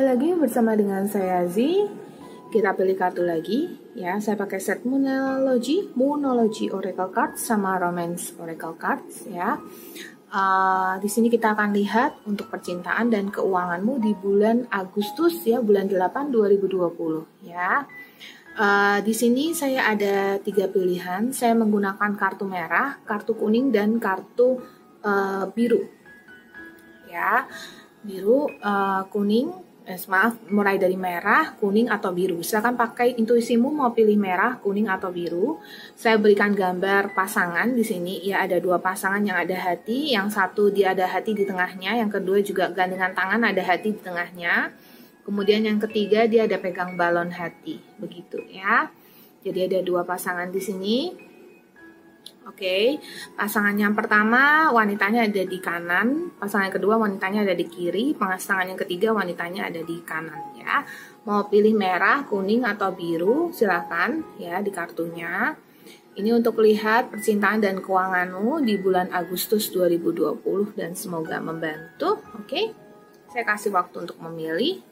lagi bersama dengan saya Z. Kita pilih kartu lagi ya. Saya pakai set Moonology Oracle Cards sama Romance Oracle Cards ya. Di sini kita akan lihat untuk percintaan dan keuanganmu di bulan Agustus ya, bulan 8 2020 ya. Di sini saya ada 3 pilihan. Saya menggunakan kartu merah, kartu kuning, dan kartu biru ya. Biru, kuning, mulai dari merah, kuning, atau biru. Silakan pakai intuisimu mau pilih merah, kuning, atau biru. Saya berikan gambar pasangan di sini. Ya, ada 2 pasangan yang ada hati. Yang satu dia ada hati di tengahnya. Yang kedua juga gandengan tangan ada hati di tengahnya. Kemudian yang ketiga dia ada pegang balon hati. Begitu ya. Jadi ada 2 pasangan di sini. Oke, pasangan yang pertama wanitanya ada di kanan, pasangan yang kedua wanitanya ada di kiri, pasangan yang ketiga wanitanya ada di kanan ya. Mau pilih merah, kuning, atau biru silakan ya di kartunya. Ini untuk lihat percintaan dan keuanganmu di bulan Agustus 2020 dan semoga membantu. Oke, saya kasih waktu untuk memilih.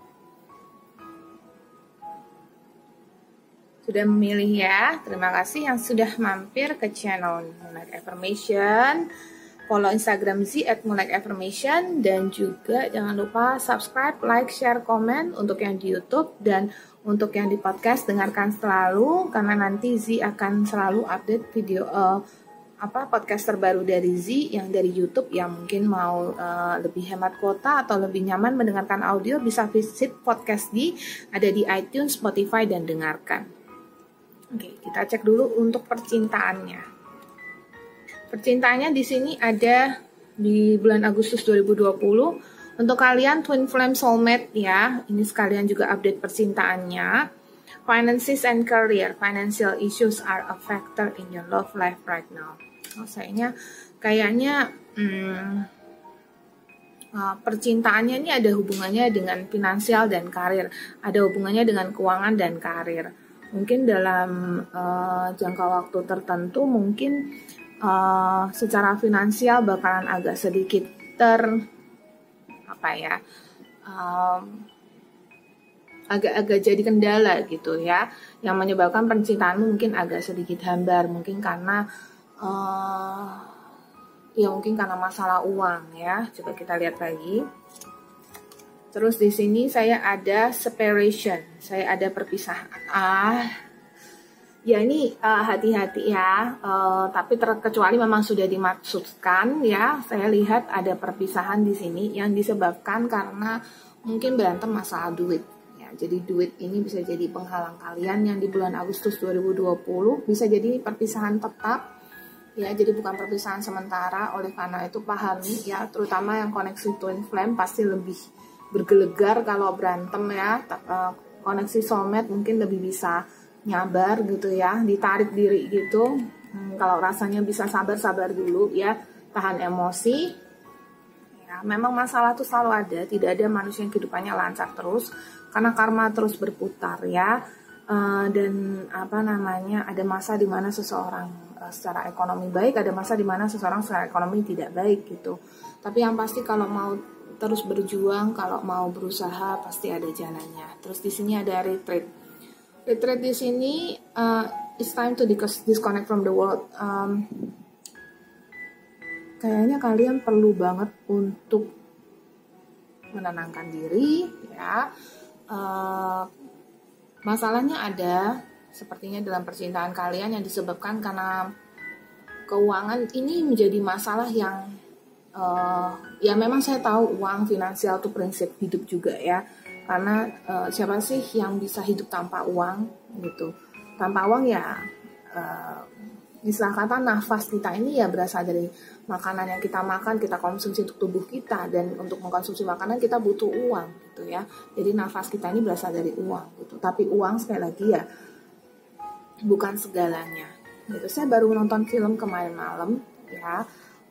Sudah memilih ya, terima kasih yang sudah mampir ke channel Moonlight Affirmation. Follow Instagram Z @moonlightaffirmation, dan juga jangan lupa subscribe, like, share, komen untuk yang di YouTube, dan untuk yang di podcast dengarkan selalu karena nanti Z akan selalu update video podcast terbaru dari Z yang dari YouTube. Yang mungkin mau lebih hemat kuota atau lebih nyaman mendengarkan audio bisa visit podcast ada di iTunes, Spotify, dan dengarkan. Oke, kita cek dulu untuk percintaannya. Percintaannya di sini ada di bulan Agustus 2020. Untuk kalian Twin Flame Soulmate ya, ini sekalian juga update percintaannya. Finances and career, financial issues are a factor in your love life right now. Kayaknya percintaannya ini ada hubungannya dengan finansial dan karir, ada hubungannya dengan keuangan dan karir. Mungkin dalam jangka waktu tertentu mungkin secara finansial bakalan agak sedikit agak jadi kendala gitu ya, yang menyebabkan percintaanmu mungkin agak sedikit hambar, mungkin karena mungkin karena masalah uang ya. Coba kita lihat lagi. Terus di sini saya ada separation, saya ada perpisahan. Ya ini hati-hati ya, tapi terkecuali memang sudah dimaksudkan ya. Saya lihat ada perpisahan di sini yang disebabkan karena mungkin berantem masalah duit. Ya, jadi duit ini bisa jadi penghalang kalian yang di bulan Agustus 2020, bisa jadi perpisahan tetap. Ya, jadi bukan perpisahan sementara. Oleh karena itu pahami ya, terutama yang koneksi Twin Flame pasti lebih bergelegar kalau berantem ya. Koneksi soulmate mungkin lebih bisa nyabar gitu ya, ditarik diri gitu. Kalau rasanya bisa sabar dulu ya, tahan emosi ya. Memang masalah tuh selalu ada, tidak ada manusia yang kehidupannya lancar terus karena karma terus berputar ya. Dan ada masa di mana seseorang secara ekonomi baik, ada masa di mana seseorang secara ekonomi tidak baik gitu. Tapi yang pasti kalau mau terus berjuang, kalau mau berusaha pasti ada jalannya. Terus di sini ada retreat. Retreat di sini it's time to disconnect from the world. Kayaknya kalian perlu banget untuk menenangkan diri ya. Masalahnya ada sepertinya dalam percintaan kalian yang disebabkan karena keuangan ini menjadi masalah yang ya memang saya tahu uang finansial itu prinsip hidup juga ya, karena siapa sih yang bisa hidup tanpa uang gitu. Tanpa uang ya istilah kata nafas kita ini ya berasal dari makanan yang kita makan, kita konsumsi untuk tubuh kita, dan untuk mengkonsumsi makanan kita butuh uang gitu ya. Jadi nafas kita ini berasal dari uang gitu. Tapi uang sekali lagi ya bukan segalanya gitu. Saya baru nonton film kemarin malam ya,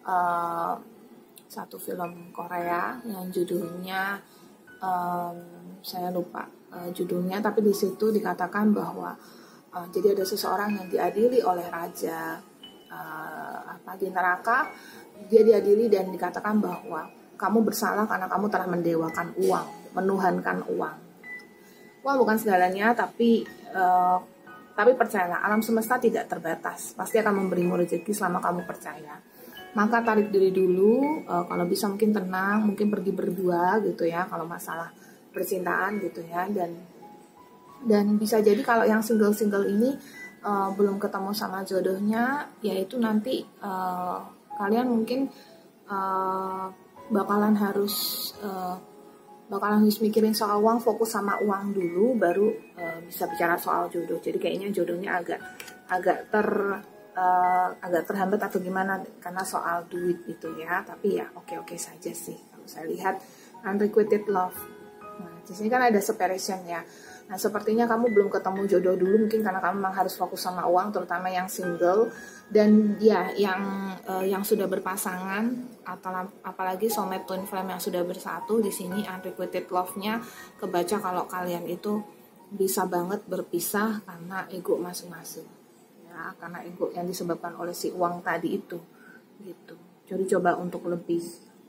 satu film Korea yang judulnya saya lupa judulnya, tapi di situ dikatakan bahwa jadi ada seseorang yang diadili oleh raja di neraka. Dia diadili dan dikatakan bahwa kamu bersalah karena kamu telah mendewakan uang, menuhankan uang. Uang bukan segalanya, tapi percayalah, alam semesta tidak terbatas, pasti akan memberimu rezeki selama kamu percaya. Maka tarik diri dulu, kalau bisa mungkin tenang, mungkin pergi berdua gitu ya, kalau masalah percintaan gitu ya, dan bisa jadi kalau yang single-single ini belum ketemu sama jodohnya, yaitu nanti kalian mungkin bakalan harus mikirin soal uang, fokus sama uang dulu, baru bisa bicara soal jodoh. Jadi kayaknya jodohnya agak terhambat atau gimana karena soal duit gitu ya. Tapi ya oke saja sih kalau saya lihat. Unrequited love. Nah, di sini kan ada separation ya. Nah, sepertinya kamu belum ketemu jodoh dulu, mungkin karena kamu memang harus fokus sama uang, terutama yang single. Dan ya, yang sudah berpasangan, atau apalagi soulmate twin flame yang sudah bersatu, di sini unrequited love-nya kebaca kalau kalian itu bisa banget berpisah karena ego masing-masing. Ya, karena ego yang disebabkan oleh si uang tadi itu. Gitu. Jadi coba untuk lebih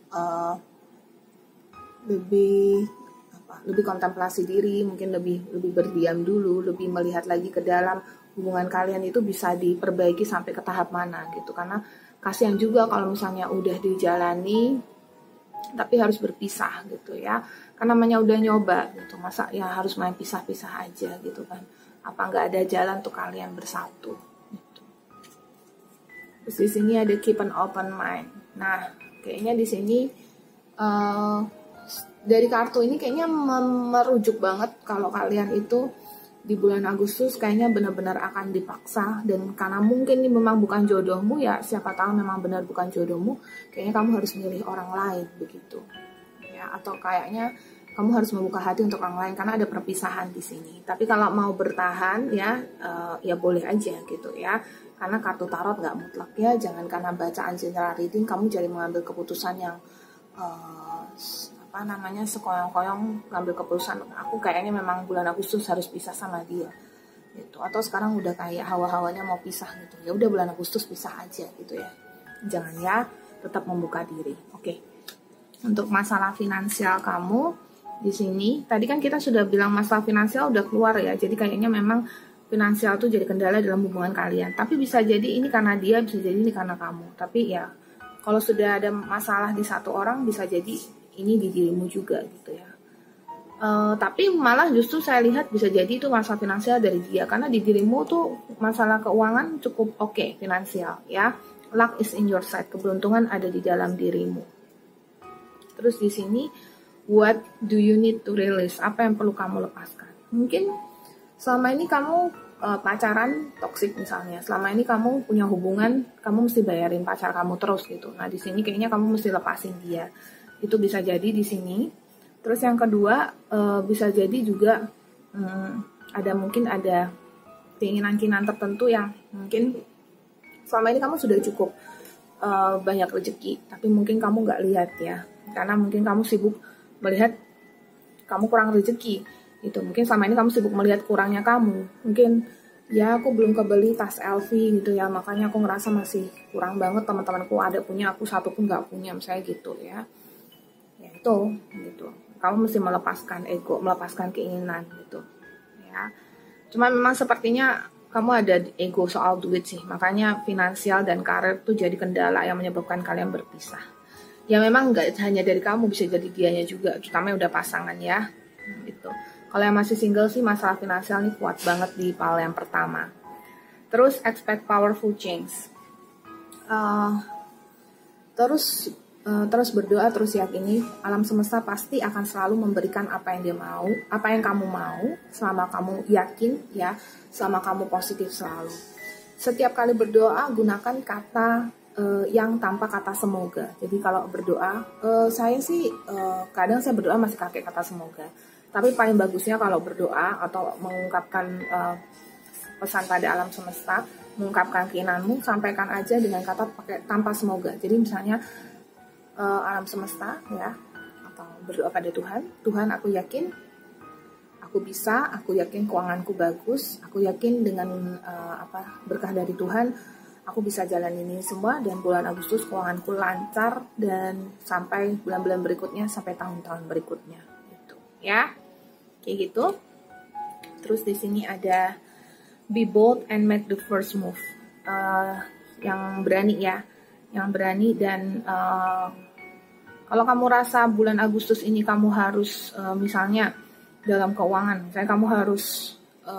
kontemplasi diri, mungkin lebih berdiam dulu, lebih melihat lagi ke dalam hubungan kalian itu bisa diperbaiki sampai ke tahap mana gitu. Karena kasihan juga kalau misalnya udah dijalani tapi harus berpisah gitu ya. Karena namanya udah nyoba gitu, masa ya harus main pisah-pisah aja gitu kan. Apa nggak ada jalan untuk kalian bersatu gitu. Terus di sini ada keep an open mind. Nah, kayaknya di sini dari kartu ini kayaknya merujuk banget kalau kalian itu di bulan Agustus kayaknya benar-benar akan dipaksa, dan karena mungkin ini memang bukan jodohmu ya, siapa tahu memang benar bukan jodohmu, kayaknya kamu harus milih orang lain begitu ya, atau kayaknya kamu harus membuka hati untuk orang lain karena ada perpisahan di sini. Tapi kalau mau bertahan ya ya boleh aja gitu ya, karena kartu tarot nggak mutlak ya. Jangan karena bacaan general reading kamu jadi mengambil keputusan yang sekoyong-koyong ngambil keputusan, aku kayaknya memang bulan Agustus harus pisah sama dia gitu, atau sekarang udah kayak hawa-hawanya mau pisah gitu, ya udah bulan Agustus pisah aja gitu ya. Jangan ya, tetap membuka diri. Oke. Untuk masalah finansial kamu di sini, tadi kan kita sudah bilang masalah finansial udah keluar ya, jadi kayaknya memang finansial tuh jadi kendala dalam hubungan kalian. Tapi bisa jadi ini karena dia, bisa jadi ini karena kamu. Tapi ya kalau sudah ada masalah di satu orang, bisa jadi ini di dirimu juga gitu ya. Tapi malah justru saya lihat bisa jadi itu masalah finansial dari dia, karena di dirimu tuh masalah keuangan cukup oke, finansial ya. Luck is in your side, keberuntungan ada di dalam dirimu. Terus di sini, what do you need to release? Apa yang perlu kamu lepaskan? Mungkin selama ini kamu pacaran toksik misalnya, selama ini kamu punya hubungan, kamu mesti bayarin pacar kamu terus gitu. Nah di sini kayaknya kamu mesti lepasin dia. Itu bisa jadi di sini. Terus yang kedua bisa jadi juga mungkin ada keinginan-keinginan tertentu yang mungkin selama ini kamu sudah cukup banyak rezeki, tapi mungkin kamu nggak lihat ya, karena mungkin kamu sibuk melihat kamu kurang rezeki. Itu mungkin selama ini kamu sibuk melihat kurangnya kamu. Mungkin ya aku belum kebeli tas LV gitu ya, makanya aku ngerasa masih kurang banget, teman-temanku ada punya, aku satu pun nggak punya, misalnya gitu ya. Ya itu gitu, kamu mesti melepaskan ego, melepaskan keinginan gitu ya. Cuma memang sepertinya kamu ada ego soal duit sih, makanya finansial dan karir tuh jadi kendala yang menyebabkan kalian berpisah. Ya memang nggak hanya dari kamu, bisa jadi dianya juga, terutama yang udah pasangan ya gitu. Kalau yang masih single sih masalah finansial nih kuat banget di pile yang pertama. Terus expect powerful change. Terus berdoa, terus yakini alam semesta pasti akan selalu memberikan apa yang dia mau, apa yang kamu mau, selama kamu yakin ya, selama kamu positif selalu. Setiap kali berdoa gunakan kata yang tanpa kata semoga. Jadi kalau berdoa, saya sih kadang saya berdoa masih pakai kata semoga. Tapi paling bagusnya kalau berdoa atau mengungkapkan pesan pada alam semesta, mengungkapkan keinginanmu, sampaikan aja dengan kata pakai tanpa semoga. Jadi misalnya alam semesta ya, atau berdoa pada Tuhan aku yakin aku bisa, aku yakin keuanganku bagus, aku yakin dengan berkah dari Tuhan aku bisa jalan ini semua, dan bulan Agustus keuanganku lancar dan sampai bulan-bulan berikutnya, sampai tahun-tahun berikutnya gitu ya. Kayak gitu. Terus di sini ada be bold and make the first move. Yang berani ya, yang berani. Dan kalau kamu rasa bulan Agustus ini kamu harus misalnya dalam keuangan, misalnya kamu harus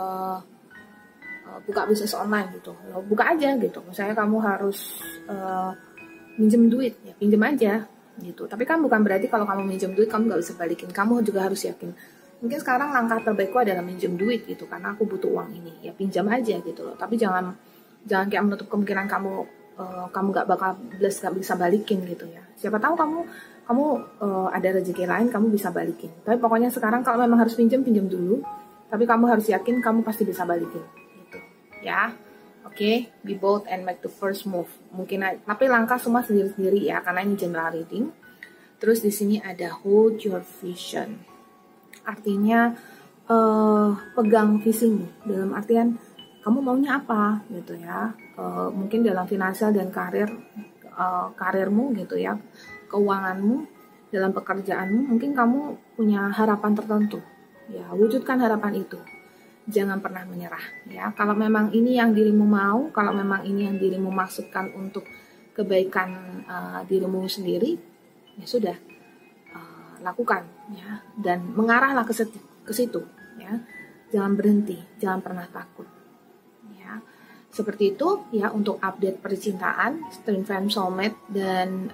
buka bisnis online gitu, buka aja gitu. Misalnya kamu harus minjem duit, ya pinjem aja gitu. Tapi kan bukan berarti kalau kamu minjem duit kamu nggak bisa balikin. Kamu juga harus yakin, mungkin sekarang langkah terbaikku adalah minjem duit gitu, karena aku butuh uang ini, ya pinjam aja gitu loh. Tapi jangan kayak menutup kemungkinan kamu nggak bakal nggak bisa balikin gitu ya. Siapa tahu kamu ada rezeki lain, kamu bisa balikin. Tapi pokoknya sekarang kalau memang harus pinjam dulu. Tapi kamu harus yakin kamu pasti bisa balikin gitu ya. Oke, be bold and make the first move. Mungkin, tapi langkah semua sendiri-sendiri ya, karena ini general reading. Terus di sini ada hold your vision. Artinya pegang visimu, dalam artian kamu maunya apa gitu ya. Mungkin dalam finansial dan karirmu gitu ya, keuanganmu, dalam pekerjaanmu, mungkin kamu punya harapan tertentu ya. Wujudkan harapan itu, jangan pernah menyerah ya. Kalau memang ini yang dirimu mau, kalau memang ini yang dirimu maksudkan untuk kebaikan dirimu sendiri, ya sudah, lakukan ya, dan mengarahlah ke situ ya. Jangan berhenti, jangan pernah takut ya. Seperti itu ya untuk update percintaan, twin flame soulmate, dan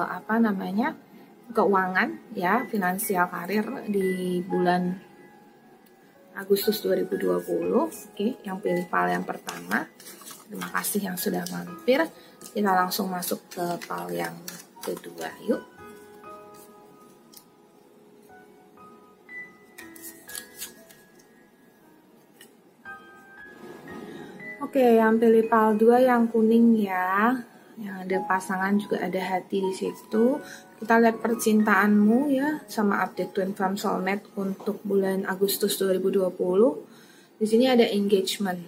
keuangan ya, finansial, karir di bulan Agustus 2020. Oke, yang pilih file yang pertama. Terima kasih yang sudah mampir. Kita langsung masuk ke file yang kedua. Yuk. Oke, yang pilih file 2 yang kuning ya. Yang ada pasangan, juga ada hati di situ. Kita lihat percintaanmu ya, sama update twin flame soulmate untuk bulan Agustus 2020. Di sini ada engagement.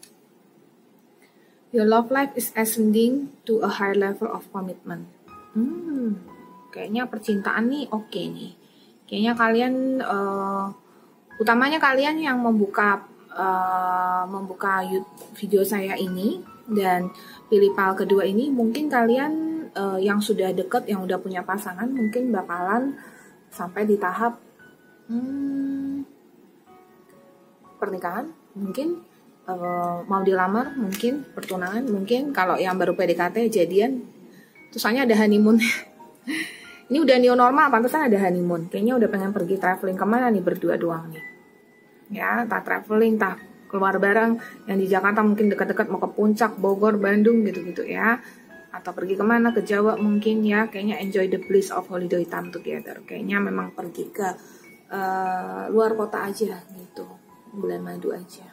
Your love life is ascending to a higher level of commitment. Kayaknya percintaan nih oke nih. Kayaknya kalian, utamanya kalian yang membuka video saya ini dan pilih file kedua ini, mungkin kalian yang sudah deket, yang udah punya pasangan, mungkin bakalan sampai di tahap pernikahan, mungkin mau dilamar, mungkin pertunangan, mungkin kalau yang baru PDKT jadian, terus hanya ada honeymoon. Ini udah new normal, pantesan ada honeymoon. Kayaknya udah pengen pergi traveling kemana nih berdua doang nih ya, entah traveling, entah keluar bareng. Yang di Jakarta mungkin dekat-dekat mau ke Puncak, Bogor, Bandung gitu-gitu ya, atau pergi kemana, ke Jawa mungkin ya. Kayaknya enjoy the bliss of holiday time together. Kayaknya memang pergi ke luar kota aja gitu, bulan madu aja.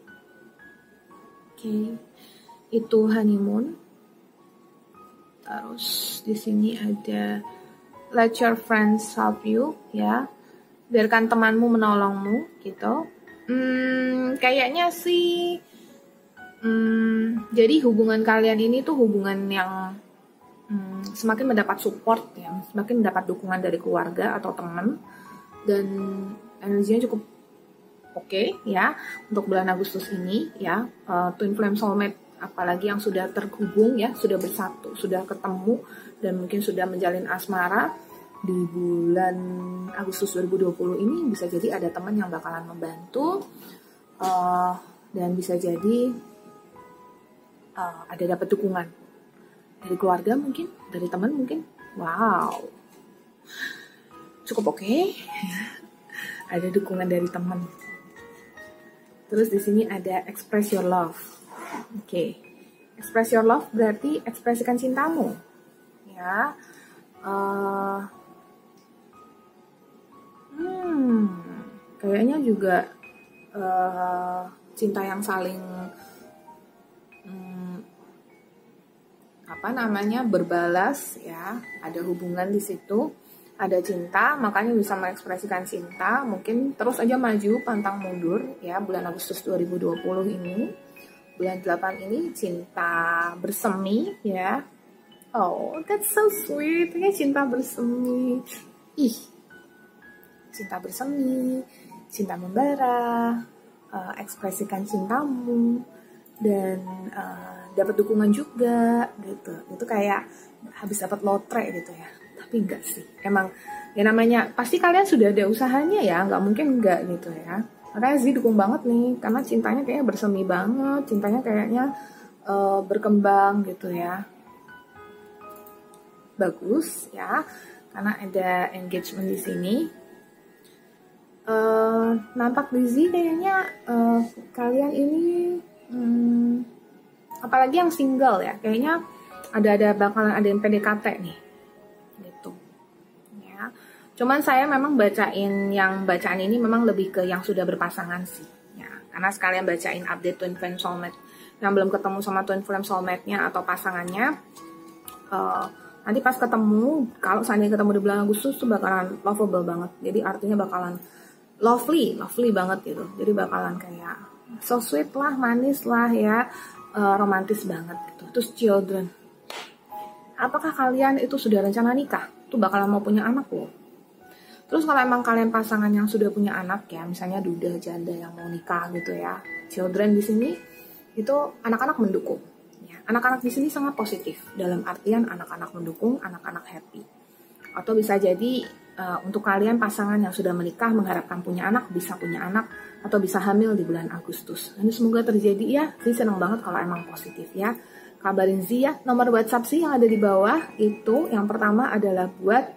Oke, itu honeymoon. Terus di sini ada let your friends help you ya, biarkan temanmu menolongmu gitu. Kayaknya sih jadi hubungan kalian ini tuh hubungan yang semakin mendapat support ya, semakin mendapat dukungan dari keluarga atau teman, dan energinya cukup oke ya untuk bulan Agustus ini ya. Twin flame soulmate apalagi yang sudah terhubung ya, sudah bersatu, sudah ketemu, dan mungkin sudah menjalin asmara di bulan Agustus 2020 ini, bisa jadi ada teman yang bakalan membantu, dan bisa jadi ada dapat dukungan dari keluarga, mungkin dari teman, mungkin. Wow, cukup oke. Ada dukungan dari teman. Terus di sini ada express your love. Oke, express your love berarti ekspresikan cintamu ya. Kayaknya juga cinta yang saling berbalas ya. Ada hubungan di situ, ada cinta, makanya bisa mengekspresikan cinta. Mungkin terus aja maju, pantang mundur ya bulan Agustus 2020 ini. bulan 8 ini cinta bersemi ya. Oh, that's so sweet. Ini cinta bersemi. Ih, cinta bersemi, cinta membara, ekspresikan cintamu, dan dapat dukungan juga gitu. Itu kayak habis dapat lotre gitu ya. Tapi enggak sih, emang ya namanya pasti kalian sudah ada usahanya ya, nggak mungkin enggak gitu ya. Makanya Zee dukung banget nih, karena cintanya kayaknya bersemi banget, cintanya kayaknya berkembang gitu ya. Bagus ya, karena ada engagement di sini. Nampak di Zee kayaknya kalian ini apalagi yang single ya, kayaknya bakalan ada yang PDKT nih gitu ya. Cuman saya memang yang bacaan ini memang lebih ke yang sudah berpasangan sih ya, karena sekalian bacain update Twin Flame Soulmate yang belum ketemu sama Twin Flame Soulmate-nya atau pasangannya. Nanti pas ketemu, kalau seandainya ketemu di bulan Agustus tuh bakalan lovable banget. Jadi artinya bakalan lovely banget gitu. Jadi bakalan kayak so sweet lah, manis lah ya, romantis banget gitu. Terus children. Apakah kalian itu sudah rencana nikah? Tuh bakalan mau punya anak loh. Terus kalau emang kalian pasangan yang sudah punya anak ya, misalnya duda, janda yang mau nikah gitu ya. Children di sini itu anak-anak mendukung. Anak-anak di sini sangat positif, dalam artian anak-anak mendukung, anak-anak happy. Atau bisa jadi untuk kalian pasangan yang sudah menikah mengharapkan punya anak, bisa punya anak, atau bisa hamil di bulan Agustus. Ini semoga terjadi ya, Zee senang banget kalau emang positif ya. Kabarin Zee ya, nomor WhatsApp Zee yang ada di bawah itu, yang pertama adalah buat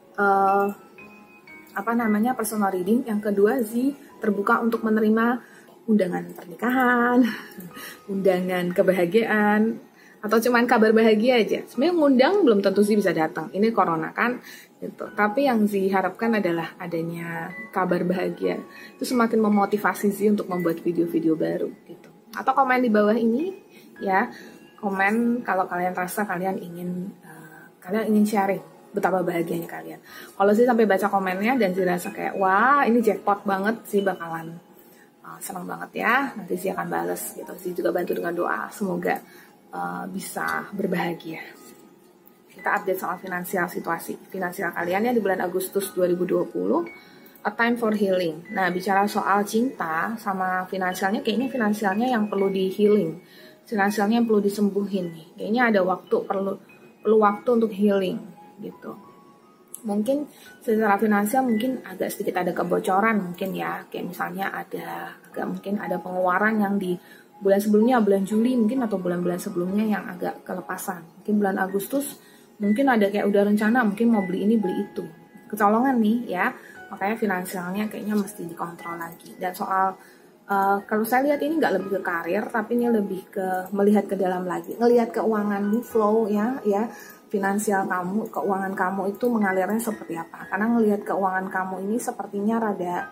personal reading. Yang kedua, Zee terbuka untuk menerima undangan pernikahan, undangan kebahagiaan, atau cuman kabar bahagia aja. Sebenarnya ngundang belum tentu Zee bisa datang. Ini corona kan, gitu. Tapi yang Zee harapkan adalah adanya kabar bahagia. Itu semakin memotivasi Zee untuk membuat video-video baru, gitu. Atau komen di bawah ini, ya. Komen kalau kalian rasa kalian ingin sharing betapa bahagianya kalian. Kalau Zee sampai baca komennya dan Zee rasa kayak, wah ini jackpot banget, Zee bakalan senang banget ya, nanti Zee akan bales gitu. Zee juga bantu dengan doa, semoga bisa berbahagia. Kita update soal situasi finansial kalian ya di bulan Agustus 2020. A time for healing. Nah, bicara soal cinta sama finansialnya, kayaknya finansialnya yang perlu di healing, finansialnya yang perlu disembuhin nih. Kayaknya ada perlu waktu untuk healing gitu. Mungkin secara finansial mungkin agak sedikit ada kebocoran mungkin ya, kayak misalnya mungkin ada pengeluaran yang di bulan sebelumnya, bulan Juli mungkin, atau bulan-bulan sebelumnya yang agak kelepasan. Mungkin bulan Agustus mungkin ada kayak udah rencana mungkin mau beli ini beli itu, kecolongan nih ya, makanya finansialnya kayaknya mesti dikontrol lagi. Dan soal kalau saya lihat ini nggak lebih ke karir, tapi ini lebih ke melihat ke dalam lagi, ngelihat keuanganmu flow ya finansial kamu, keuangan kamu itu mengalirnya seperti apa. Karena ngelihat keuangan kamu ini sepertinya rada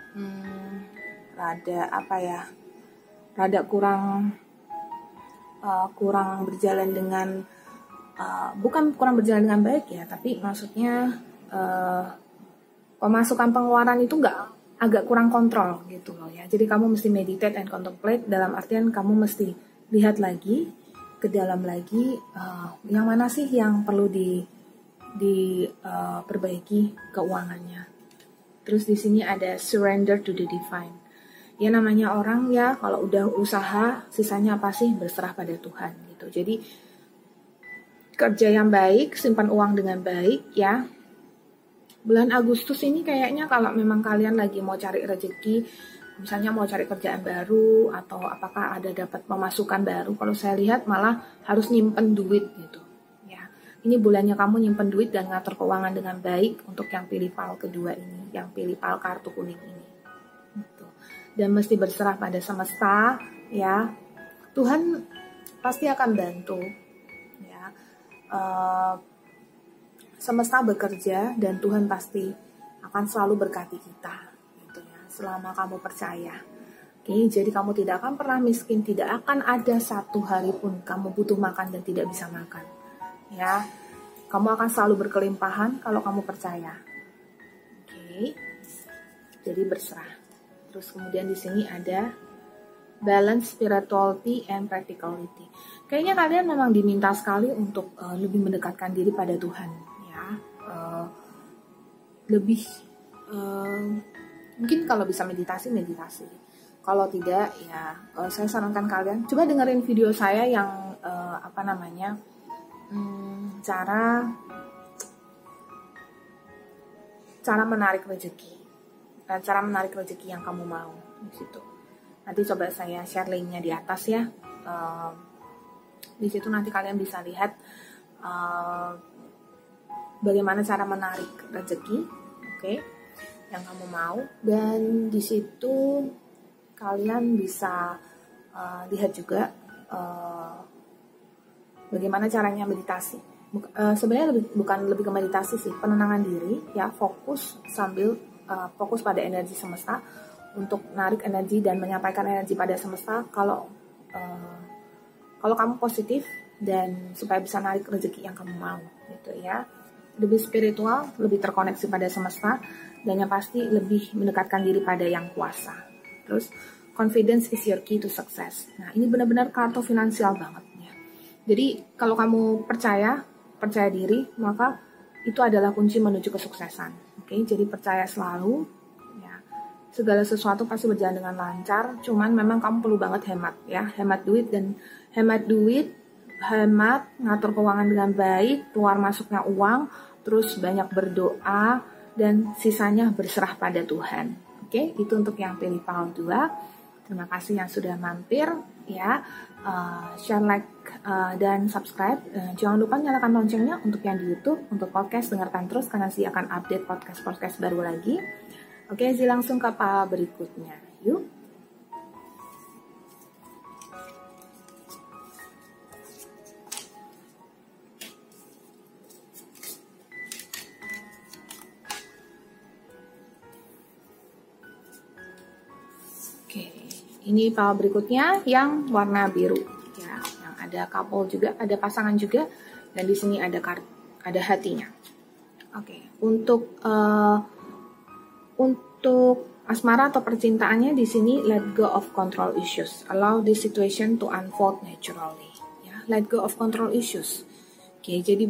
kurang berjalan dengan bukan kurang berjalan dengan baik ya, tapi maksudnya pemasukan pengeluaran itu agak kurang kontrol gitu loh ya. Jadi kamu mesti meditate and contemplate, dalam artian kamu mesti lihat lagi ke dalam lagi, yang mana sih yang perlu diperbaiki keuangannya. Terus di sini ada surrender to the divine. Ya namanya orang ya, kalau udah usaha sisanya apa sih, berserah pada Tuhan gitu. Jadi kerja yang baik, simpan uang dengan baik ya. Bulan Agustus ini kayaknya kalau memang kalian lagi mau cari rezeki, misalnya mau cari kerjaan baru atau apakah ada dapat pemasukan baru, kalau saya lihat malah harus nyimpen duit gitu ya. Ini bulannya kamu nyimpen duit dan ngatur keuangan dengan baik untuk yang pilih file kedua ini, yang pilih file kartu kuning ini gitu. Dan mesti berserah pada semesta ya. Tuhan pasti akan bantu ya. Semesta bekerja dan Tuhan pasti akan selalu berkati kita gitu ya, selama kamu percaya. Oke, jadi kamu tidak akan pernah miskin, tidak akan ada satu hari pun kamu butuh makan dan tidak bisa makan. Ya, kamu akan selalu berkelimpahan kalau kamu percaya. Oke, jadi berserah. Terus kemudian di sini ada balance spirituality and practicality. Kayaknya kalian memang diminta sekali untuk lebih mendekatkan diri pada Tuhan, ya. Lebih mungkin kalau bisa meditasi. Kalau tidak, ya saya sarankan kalian coba dengerin video saya yang cara menarik rezeki, cara menarik rezeki yang kamu mau di situ. Nanti coba saya share linknya di atas ya. Di situ nanti kalian bisa lihat bagaimana cara menarik rezeki, oke, yang kamu mau. Dan di situ kalian bisa lihat juga bagaimana caranya meditasi. Sebenarnya bukan lebih ke meditasi sih, penenangan diri ya, fokus sambil fokus pada energi semesta untuk narik energi dan menyampaikan energi pada semesta kalau kamu positif, dan supaya bisa narik rezeki yang kamu mau gitu ya. Lebih spiritual, lebih terkoneksi pada semesta, dan yang pasti lebih mendekatkan diri pada yang kuasa. Terus confidence is your key to success. Nah, ini benar-benar kartu finansial banget ya. Jadi kalau kamu percaya diri, maka itu adalah kunci menuju kesuksesan. Oke, jadi percaya selalu ya. Segala sesuatu pasti berjalan dengan lancar, cuman memang kamu perlu banget hemat ya, hemat duit, ngatur keuangan dengan baik, keluar masuknya uang, terus banyak berdoa, dan sisanya berserah pada Tuhan. Oke, itu untuk yang pilih PAUL 2. Terima kasih yang sudah mampir ya. Share, like, dan subscribe. Jangan lupa nyalakan loncengnya untuk yang di YouTube. Untuk podcast, dengarkan terus karena Zi akan update podcast baru lagi. Oke, Zi langsung ke PAUL berikutnya. Yuk. Ini PAUL berikutnya yang warna biru ya, yang ada couple juga, ada pasangan juga, dan di sini ada hatinya. Oke, untuk asmara atau percintaannya di sini let go of control issues, allow this situation to unfold naturally. Ya, let go of control issues. Oke, jadi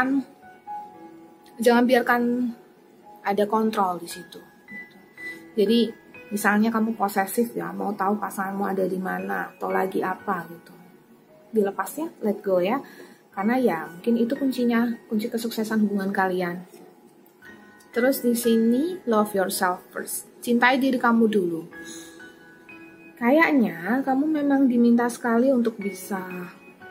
jangan biarkan ada kontrol di situ. Jadi misalnya kamu posesif ya, mau tahu pasanganmu ada di mana atau lagi apa gitu. Dilepasnya, let go ya. Karena ya mungkin itu kunci kesuksesan hubungan kalian. Terus di sini love yourself first. Cintai diri kamu dulu. Kayaknya kamu memang diminta sekali untuk bisa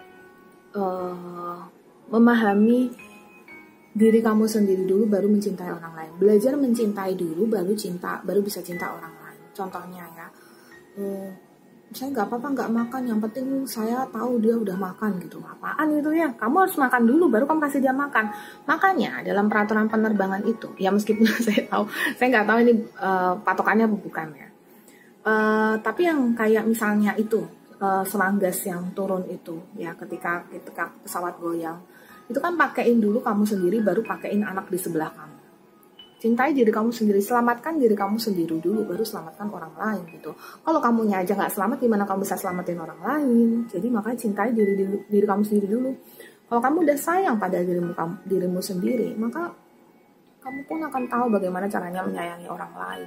memahami diri kamu sendiri dulu baru mencintai orang lain. Belajar mencintai dulu baru bisa cinta orang lain. Contohnya ya, saya nggak apa-apa nggak makan, yang penting saya tahu dia udah makan gitu. Apaan itu ya? Kamu harus makan dulu baru kamu kasih dia makan. Makanya dalam peraturan penerbangan itu, ya meskipun saya nggak tahu ini patokannya bukan ya. Tapi yang kayak misalnya itu selang gas yang turun itu ya, ketika pesawat goyang, itu kan pakein dulu kamu sendiri baru pakein anak di sebelah kamu. Cintai diri kamu sendiri, selamatkan diri kamu sendiri dulu, baru selamatkan orang lain gitu. Kalau kamunya aja nggak selamat, gimana kamu bisa selamatin orang lain? Jadi makanya cintai diri kamu sendiri dulu. Kalau kamu udah sayang pada dirimu sendiri, maka kamu pun akan tahu bagaimana caranya menyayangi orang lain.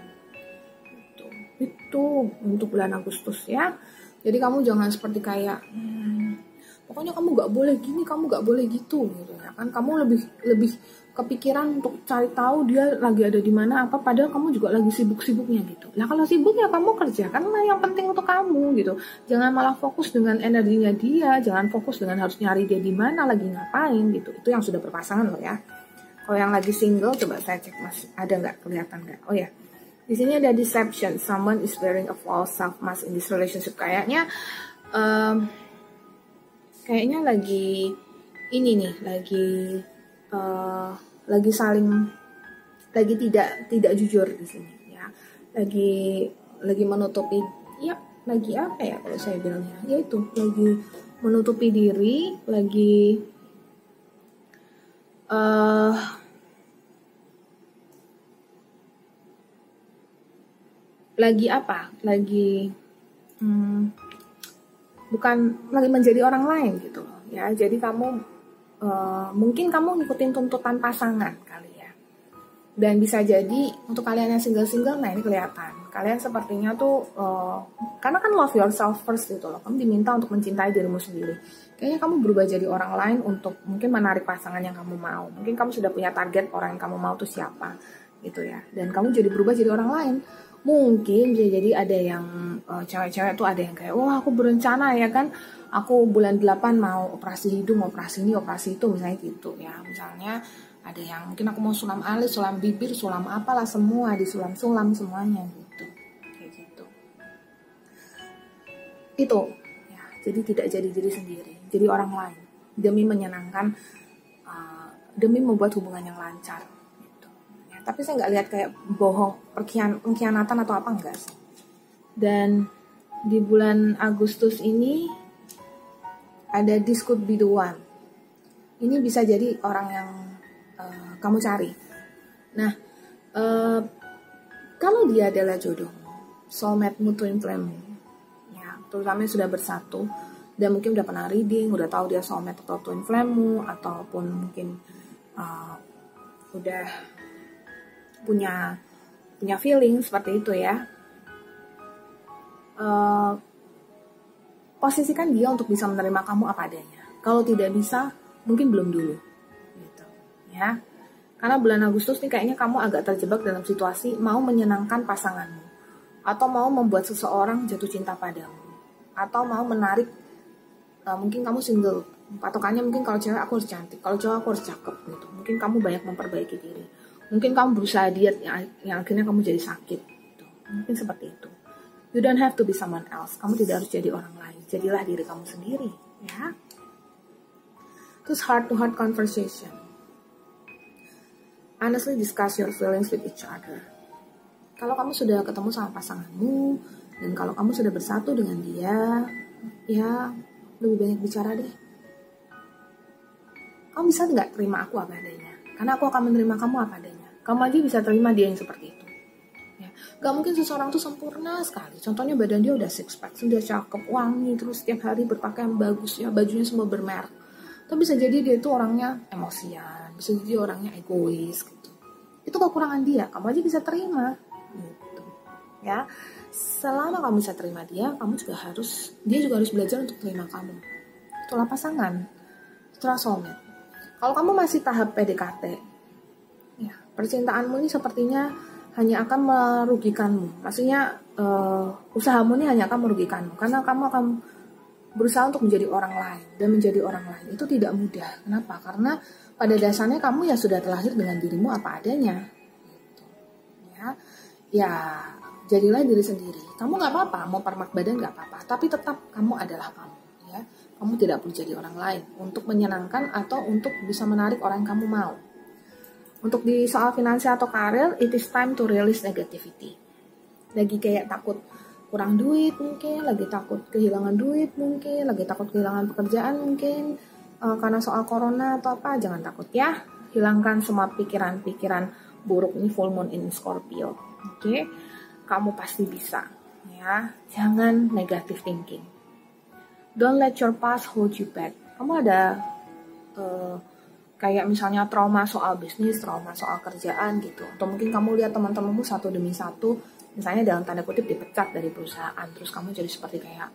Itu untuk bulan Agustus ya. Jadi kamu jangan seperti kayak pokoknya kamu nggak boleh gini, kamu nggak boleh gitu ya kan. Kamu lebih kepikiran untuk cari tahu dia lagi ada di mana apa, padahal kamu juga lagi sibuk-sibuknya gitu. Nah kalau sibuk ya kamu kerjakan yang penting untuk kamu gitu. Jangan malah fokus dengan energinya dia, jangan fokus dengan harus nyari dia di mana lagi ngapain gitu. Itu yang sudah berpasangan loh ya. Kalau yang lagi single coba saya cek masih ada nggak, kelihatan nggak? Oh ya, di sini ada deception. Someone is wearing a false self mask in this relationship. Kayaknya lagi ini nih, lagi tidak jujur di sini ya, lagi menutupi ya, lagi apa ya kalau saya bilangnya, yaitu lagi menutupi diri, lagi bukan lagi menjadi orang lain gitu loh ya. Jadi kamu mungkin kamu ngikutin tuntutan pasangan kali ya. Dan bisa jadi untuk kalian yang single-single, nah ini kelihatan kalian sepertinya tuh karena kan love yourself first gitu loh. Kamu diminta untuk mencintai dirimu sendiri. Kayaknya kamu berubah jadi orang lain untuk mungkin menarik pasangan yang kamu mau. Mungkin kamu sudah punya target orang yang kamu mau tuh siapa gitu ya. Dan kamu jadi berubah jadi orang lain. Mungkin bisa jadi ada yang cewek-cewek tuh ada yang kayak, wah aku berencana ya kan, aku bulan 8 mau operasi hidung, operasi ini, operasi itu misalnya gitu ya. Misalnya ada yang mungkin aku mau sulam alis, sulam bibir, sulam apalah, semua disulam-sulam semuanya gitu. Kayak gitu. Itu ya, jadi tidak jadi diri sendiri, jadi orang lain demi menyenangkan, demi membuat hubungan yang lancar gitu. Ya, tapi saya nggak lihat kayak bohong, pengkhianatan atau apa, enggak sih. Dan di bulan Agustus ini ada This Could Be The One. Ini bisa jadi orang yang kamu cari. Nah, kalau dia adalah jodohmu, soulmate-mu, twin flame-mu, ya, terutama yang sudah bersatu dan mungkin udah pernah reading, udah tahu dia soulmate atau twin flame-mu, ataupun mungkin udah punya feeling seperti itu ya. Posisikan dia untuk bisa menerima kamu apa adanya. Kalau tidak bisa, mungkin belum dulu, gitu, ya. Karena bulan Agustus nih kayaknya kamu agak terjebak dalam situasi mau menyenangkan pasanganmu, atau mau membuat seseorang jatuh cinta padamu, atau mau menarik, mungkin kamu single, patokannya mungkin kalau cewek aku harus cantik, kalau cowok aku harus cakep gitu. Mungkin kamu banyak memperbaiki diri, mungkin kamu berusaha diet yang akhirnya kamu jadi sakit gitu. Mungkin seperti itu. You don't have to be someone else. Kamu tidak harus jadi orang lain. Jadilah diri kamu sendiri, ya. Terus heart-to-heart conversation. Honestly discuss your feelings with each other. Kalau kamu sudah ketemu sama pasanganmu, dan kalau kamu sudah bersatu dengan dia, ya lebih banyak bicara deh. Kamu bisa nggak terima aku apa adanya? Karena aku akan menerima kamu apa adanya. Kamu aja bisa terima dia yang seperti itu. Ya. Gak mungkin seseorang tuh sempurna sekali. Contohnya badan dia udah six pack, sudah cakep, wangi, terus setiap hari berpakaian bagus, ya bajunya semua bermerek. Tapi bisa jadi dia itu orangnya emosian, bisa jadi orangnya egois gitu. Itu kekurangan dia, kamu aja bisa terima gitu. Ya. Selama kamu bisa terima dia juga harus belajar untuk terima kamu. Itulah pasangan, itulah soulmate. Kalau kamu masih tahap PDKT, ya, percintaanmu ini sepertinya hanya akan merugikanmu. Maksudnya usahamu ini hanya akan merugikanmu, karena kamu akan berusaha untuk menjadi orang lain, dan menjadi orang lain itu tidak mudah. Kenapa? Karena pada dasarnya kamu ya sudah terlahir dengan dirimu apa adanya. Gitu. Ya, jadilah diri sendiri. Kamu nggak apa-apa, mau permak badan nggak apa-apa, tapi tetap kamu adalah kamu. Ya, kamu tidak perlu jadi orang lain untuk menyenangkan atau untuk bisa menarik orang yang kamu mau. Untuk di soal finansial atau karir, it is time to release negativity. Lagi kayak takut kurang duit mungkin, lagi takut kehilangan duit mungkin, lagi takut kehilangan pekerjaan mungkin, karena soal corona atau apa, jangan takut ya. Hilangkan semua pikiran-pikiran buruk. Ini full moon in Scorpio. Oke? Kamu pasti bisa. Ya, jangan negative thinking. Don't let your past hold you back. Kamu ada kayak misalnya trauma soal bisnis, trauma soal kerjaan gitu. Atau mungkin kamu lihat teman-temanmu satu demi satu, misalnya dalam tanda kutip dipecat dari perusahaan. Terus kamu jadi seperti kayak,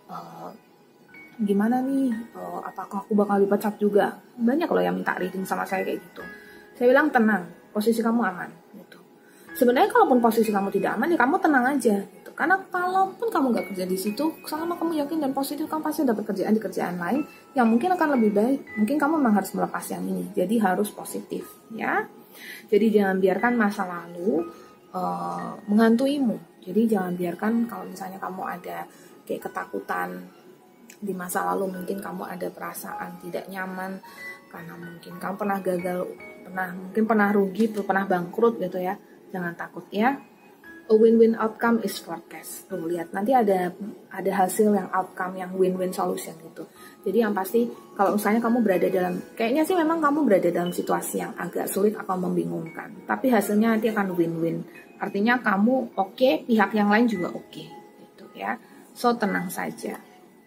gimana nih, apakah aku bakal dipecat juga? Banyak loh yang minta reading sama saya kayak gitu. Saya bilang tenang, posisi kamu aman gitu. Sebenarnya kalaupun posisi kamu tidak aman, ya kamu tenang aja gitu. Karena kalaupun kamu nggak kerja di situ, selama kamu yakin dan positif, kamu pasti dapat kerjaan di kerjaan lain yang mungkin akan lebih baik. Mungkin kamu memang harus melepas yang ini. Jadi harus positif, ya. Jadi jangan biarkan masa lalu menghantuimu. Jadi jangan biarkan kalau misalnya kamu ada kayak ketakutan di masa lalu, mungkin kamu ada perasaan tidak nyaman karena mungkin kamu pernah gagal, mungkin pernah rugi, pernah bangkrut gitu ya. Jangan takut ya. A win-win outcome is forecast. Tuh lihat, nanti ada hasil yang outcome yang win-win solution gitu. Jadi yang pasti kalau misalnya kamu berada dalam, kayaknya sih memang kamu berada dalam situasi yang agak sulit atau membingungkan, tapi hasilnya nanti akan win-win. Artinya kamu oke, pihak yang lain juga oke gitu ya. So tenang saja.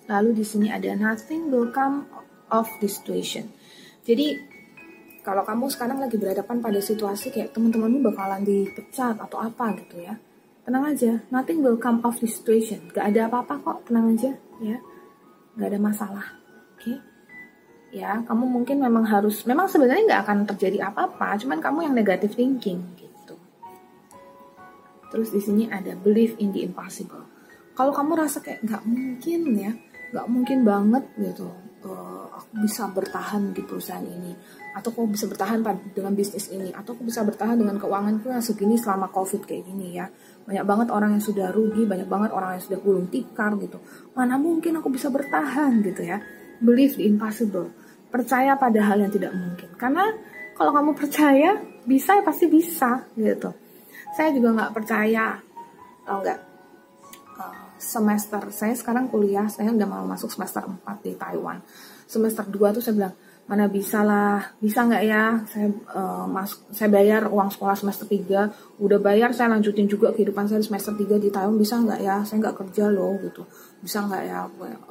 Lalu di sini ada nothing will come of this situation. Jadi kalau kamu sekarang lagi berhadapan pada situasi kayak teman-temanmu bakalan dipecat atau apa gitu ya, tenang aja, nothing will come of this situation. Gak ada apa-apa kok, tenang aja ya, gak ada masalah. Oke? Ya, kamu mungkin memang sebenarnya gak akan terjadi apa-apa, cuman kamu yang negative thinking gitu. Terus di sini ada believe in the impossible. Kalau kamu rasa kayak gak mungkin ya, gak mungkin banget gitu, aku bisa bertahan di perusahaan ini, atau aku bisa bertahan dengan bisnis ini, atau aku bisa bertahan dengan keuanganku yang segini selama COVID kayak gini ya. Banyak banget orang yang sudah rugi, banyak banget orang yang sudah gulung tikar gitu. Mana mungkin aku bisa bertahan gitu ya. Believe the impossible. Percaya pada hal yang tidak mungkin. Karena kalau kamu percaya, bisa ya pasti bisa gitu. Saya juga nggak percaya, tau nggak? Semester saya sekarang kuliah, saya udah mau masuk semester 4 di Taiwan. Semester 2 tuh saya bilang, mana bisa lah, bisa nggak ya saya bayar uang sekolah semester 3, udah bayar saya lanjutin juga kehidupan saya di semester 3 di Taiwan, bisa nggak ya, saya nggak kerja loh gitu, bisa nggak ya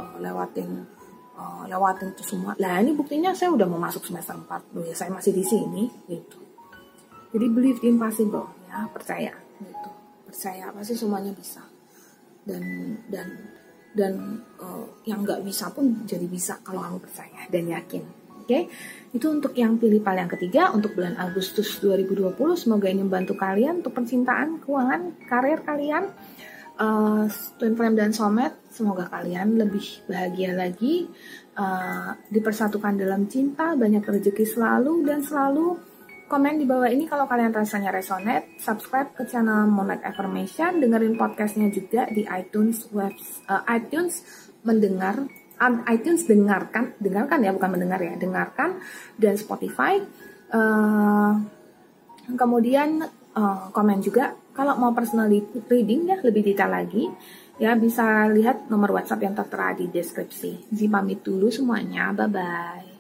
lewatin itu semua. Lah ini buktinya saya udah mau masuk semester 4 loh ya, saya masih di sini gitu. Jadi believe the impossible ya, percaya gitu, percaya pasti semuanya bisa. Dan yang nggak bisa pun jadi bisa kalau kamu percaya dan yakin. Oke, itu untuk yang pilih pil yang ketiga untuk bulan Agustus 2020. Semoga ini membantu kalian untuk percintaan, keuangan, karir kalian. Twin Flame dan Soulmate, semoga kalian lebih bahagia lagi, dipersatukan dalam cinta, banyak rezeki selalu, dan selalu komen di bawah ini kalau kalian rasanya resonate. Subscribe ke channel Moonlight Affirmation, dengerin podcastnya juga di iTunes, iTunes dengarkan ya, bukan mendengar ya, dengarkan, dan Spotify. Kemudian komen juga kalau mau personal reading ya, lebih detail lagi ya, bisa lihat nomor WhatsApp yang tertera di deskripsi. Pamit dulu semuanya, bye bye.